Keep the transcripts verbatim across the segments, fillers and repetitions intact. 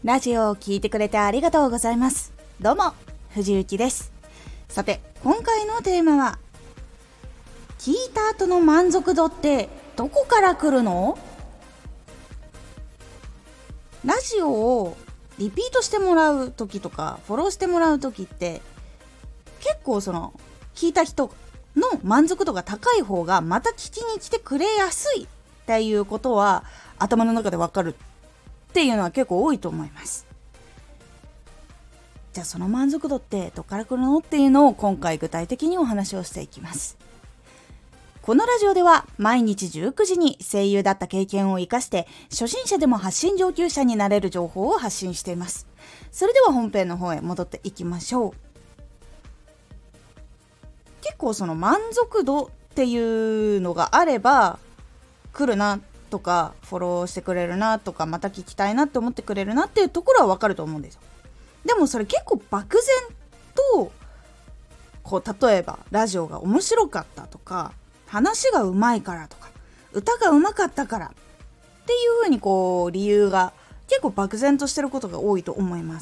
ラジオを聞いてくれてありがとうございます。どうも藤幸です。さて、今回のテーマは、聞いた後の満足度ってどこから来るの？ラジオをリピートしてもらう時とかフォローしてもらう時って、結構その聞いた人の満足度が高い方がまた聞きに来てくれやすいっていうことは頭の中でわかるっていうのは結構多いと思います。じゃあその満足度ってどっから来るのっていうのを今回具体的にお話をしていきます。このラジオでは毎日じゅうくじに声優だった経験を生かして初心者でも発信上級者になれる情報を発信しています。それでは本編の方へ戻っていきましょう。結構その満足度っていうのがあれば来るなとか、フォローしてくれるなとか、また聞きたいなって思ってくれるなっていうところはわかると思うんですよ。でもそれ結構漠然とこう、例えばラジオが面白かったとか、話がうまいからとか、歌がうまかったからっていう風にこう理由が結構漠然としてることが多いと思います。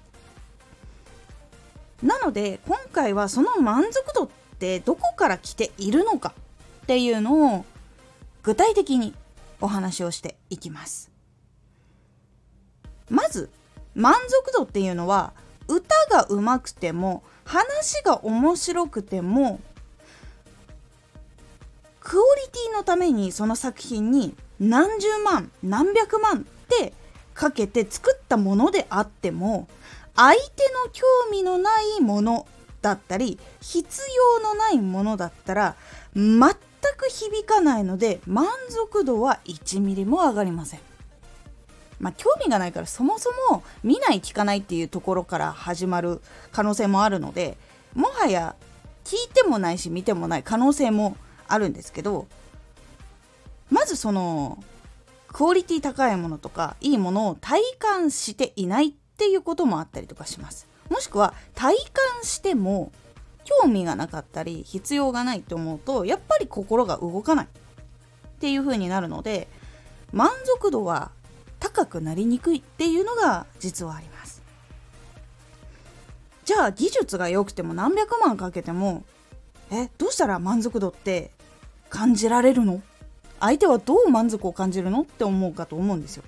なので今回はその満足度ってどこから来ているのかっていうのを具体的にお話をしていきます。まず満足度っていうのは、歌がうまくても話が面白くてもクオリティのためにその作品に何十万何百万ってかけて作ったものであっても、相手の興味のないものだったり必要のないものだったら全く響かないので、満足度はいちミリも上がりません。まあ興味がないからそもそも見ない聞かないっていうところから始まる可能性もあるので、もはや聞いてもないし見てもない可能性もあるんですけど、まずそのクオリティ高いものとかいいものを体感していないっていうこともあったりとかします。もしくは体感しても興味がなかったり必要がないと思うと、やっぱり心が動かないっていう風になるので、満足度は高くなりにくいっていうのが実はあります。じゃあ技術が良くても何百万かけても、えどうしたら満足度って感じられるの？相手はどう満足を感じるのって思うかと思うんですよ。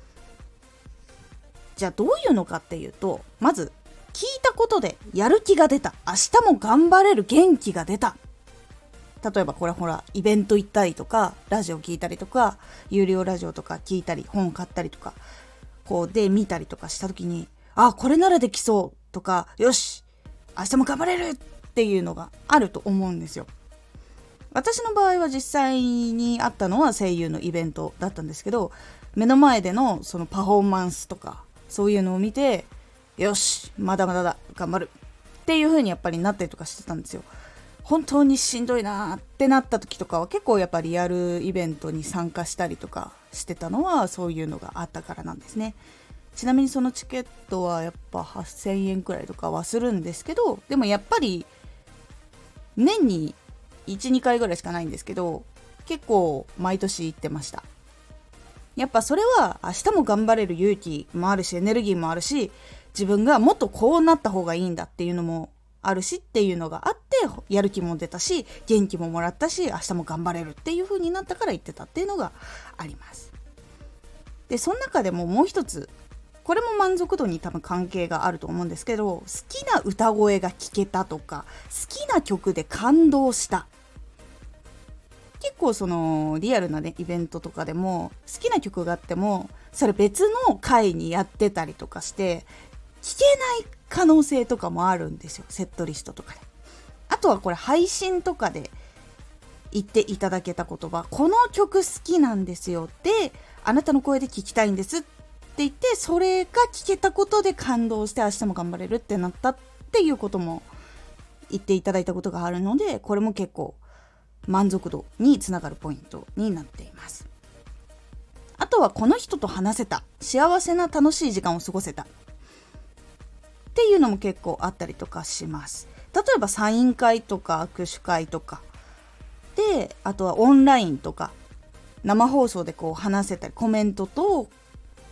じゃあどういうのかっていうと、まず聞いたことでやる気が出た、明日も頑張れる元気が出た。例えばこれほらイベント行ったりとか、ラジオ聞いたりとか、有料ラジオとか聞いたり、本買ったりとかこうで見たりとかした時に、あこれならできそうとか、よし明日も頑張れるっていうのがあると思うんですよ。私の場合は実際にあったのは声優のイベントだったんですけど、目の前でのそのパフォーマンスとかそういうのを見て、よしまだまだだ頑張るっていう風にやっぱりなったりとかしてたんですよ。本当にしんどいなってなった時とかは結構やっぱりリアルイベントに参加したりとかしてたのはそういうのがあったからなんですね。ちなみにそのチケットはやっぱはっせんえんくらいとかはするんですけど、でもやっぱり年に いち,に 回ぐらいしかないんですけど、結構毎年行ってました。やっぱそれは明日も頑張れる勇気もあるし、エネルギーもあるし、自分がもっとこうなった方がいいんだっていうのもあるしっていうのがあって、やる気も出たし元気ももらったし、明日も頑張れるっていう風になったから言ってたっていうのがあります。でその中でももう一つ、これも満足度に多分関係があると思うんですけど、好きな歌声が聞けたとか、好きな曲で感動した。結構そのリアルな、ね、イベントとかでも好きな曲があってもそれ別の回にやってたりとかして聞けない可能性とかもあるんですよ、セットリストとかで。あとはこれ配信とかで言っていただけた言葉、この曲好きなんですよで、あなたの声で聞きたいんですって言って、それが聞けたことで感動して明日も頑張れるってなったっていうことも言っていただいたことがあるので、これも結構満足度につながるポイントになっています。あとはこの人と話せた、幸せな楽しい時間を過ごせたっていうのも結構あったりとかします。例えばサイン会とか握手会とかで、あとはオンラインとか生放送でこう話せたり、コメントと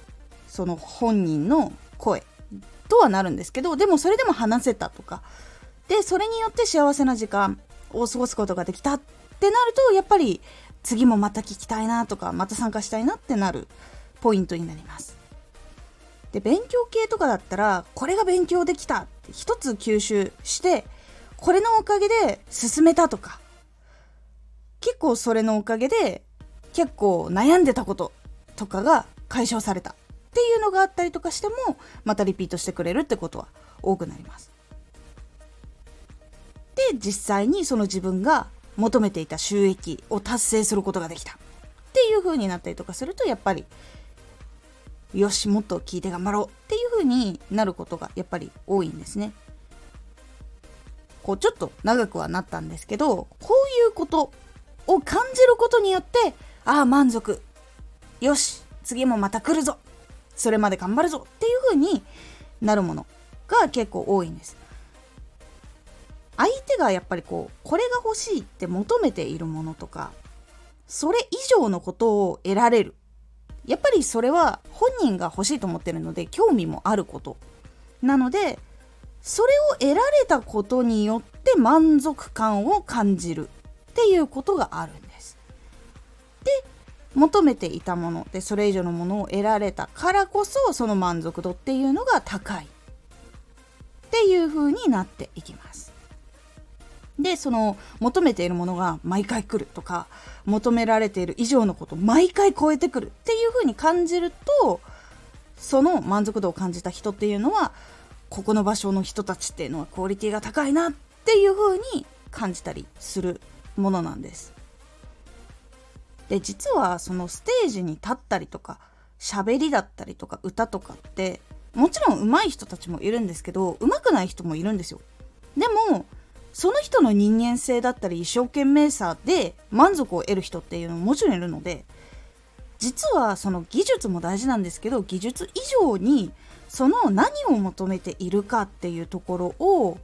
その本人の声とはなるんですけど、でもそれでも話せたとかで、それによって幸せな時間を過ごすことができたってなると、やっぱり次もまた聞きたいなとか、また参加したいなってなるポイントになります。で、勉強系とかだったら、これが勉強できたって一つ吸収して、これのおかげで進めたとか、結構それのおかげで結構悩んでたこととかが解消されたっていうのがあったりとかしても、またリピートしてくれるってことは多くなります。で、実際にその自分が求めていた収益を達成することができたっていう風になったりとかすると、やっぱりよし、もっと聞いて頑張ろうっていう風になることがやっぱり多いんですね。こうちょっと長くはなったんですけど、こういうことを感じることによって、ああ満足、よし次もまた来るぞ、それまで頑張るぞっていう風になるものが結構多いんです。相手がやっぱりこうこれが欲しいって求めているものとか、それ以上のことを得られる、やっぱりそれは本人が欲しいと思ってるので興味もあることなので、それを得られたことによって満足感を感じるっていうことがあるんです。で、求めていたものでそれ以上のものを得られたからこそ、その満足度っていうのが高いっていう風になっていきます。で、その求めているものが毎回来るとか、求められている以上のことを毎回超えてくるっていう風に感じると、その満足度を感じた人っていうのは、ここの場所の人たちっていうのはクオリティが高いなっていう風に感じたりするものなんです。で、実はそのステージに立ったりとか、喋りだったりとか歌とかって、もちろん上手い人たちもいるんですけど、上手くない人もいるんですよ。でもその人の人間性だったり一生懸命さで満足を得る人っていうのももちろんいるので、実はその技術も大事なんですけど、技術以上にその何を求めているかっていうところを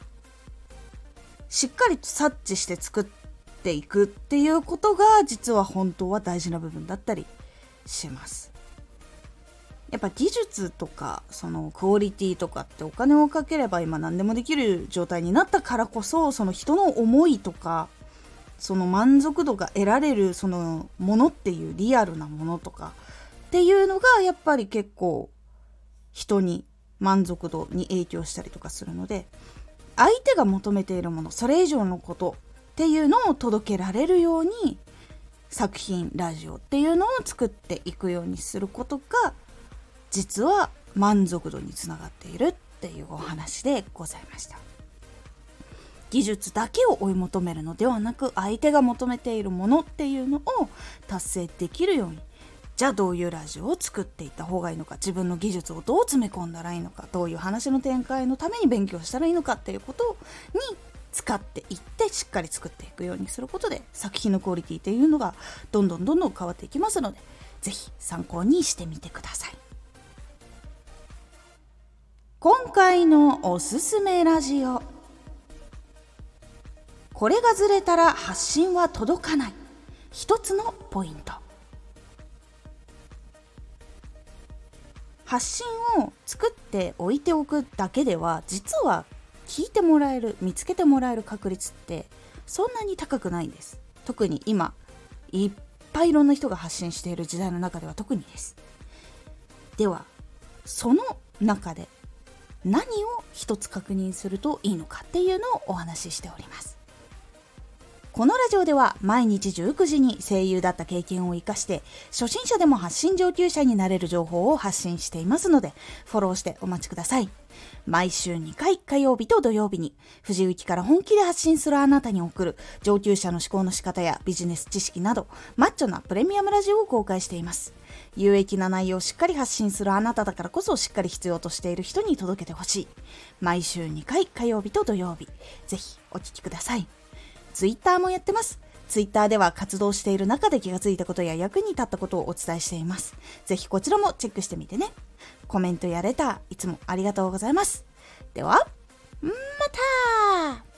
しっかりと察知して作っていくっていうことが、実は本当は大事な部分だったりします。やっぱ技術とかそのクオリティとかってお金をかければ今何でもできる状態になったからこそ、その人の思いとかその満足度が得られるそのものっていうリアルなものとかっていうのがやっぱり結構人に満足度に影響したりとかするので、相手が求めているもの、それ以上のことっていうのを届けられるように作品ラジオっていうのを作っていくようにすることが、実は満足度につながっているっていうお話でございました。技術だけを追い求めるのではなく、相手が求めているものっていうのを達成できるように、じゃあどういうラジオを作っていった方がいいのか、自分の技術をどう詰め込んだらいいのか、どういう話の展開のために勉強したらいいのかっていうことに使っていって、しっかり作っていくようにすることで、作品のクオリティっていうのがどんどんどんどん変わっていきますので、ぜひ参考にしてみてください。今回のおすすめラジオ、これがずれたら発信は届かない一つのポイント。発信を作っておいておくだけでは、実は聞いてもらえる、見つけてもらえる確率ってそんなに高くないんです。特に今いっぱいいろんな人が発信している時代の中では特にです。ではその中で何を一つ確認するといいのかっていうのをお話ししております。このラジオでは毎日じゅうくじに声優だった経験を生かして初心者でも発信上級者になれる情報を発信していますので、フォローしてお待ちください。毎週にかい、火曜日と土曜日に藤雪から本気で発信するあなたに送る上級者の思考の仕方やビジネス知識などマッチョなプレミアムラジオを公開しています。有益な内容をしっかり発信するあなただからこそ、しっかり必要としている人に届けてほしい。毎週にかい、火曜日と土曜日、ぜひお聞きください。ツイッターもやってます。ツイッターでは活動している中で気がついたことや役に立ったことをお伝えしています。ぜひこちらもチェックしてみてね。コメントやレターいつもありがとうございます。ではまた。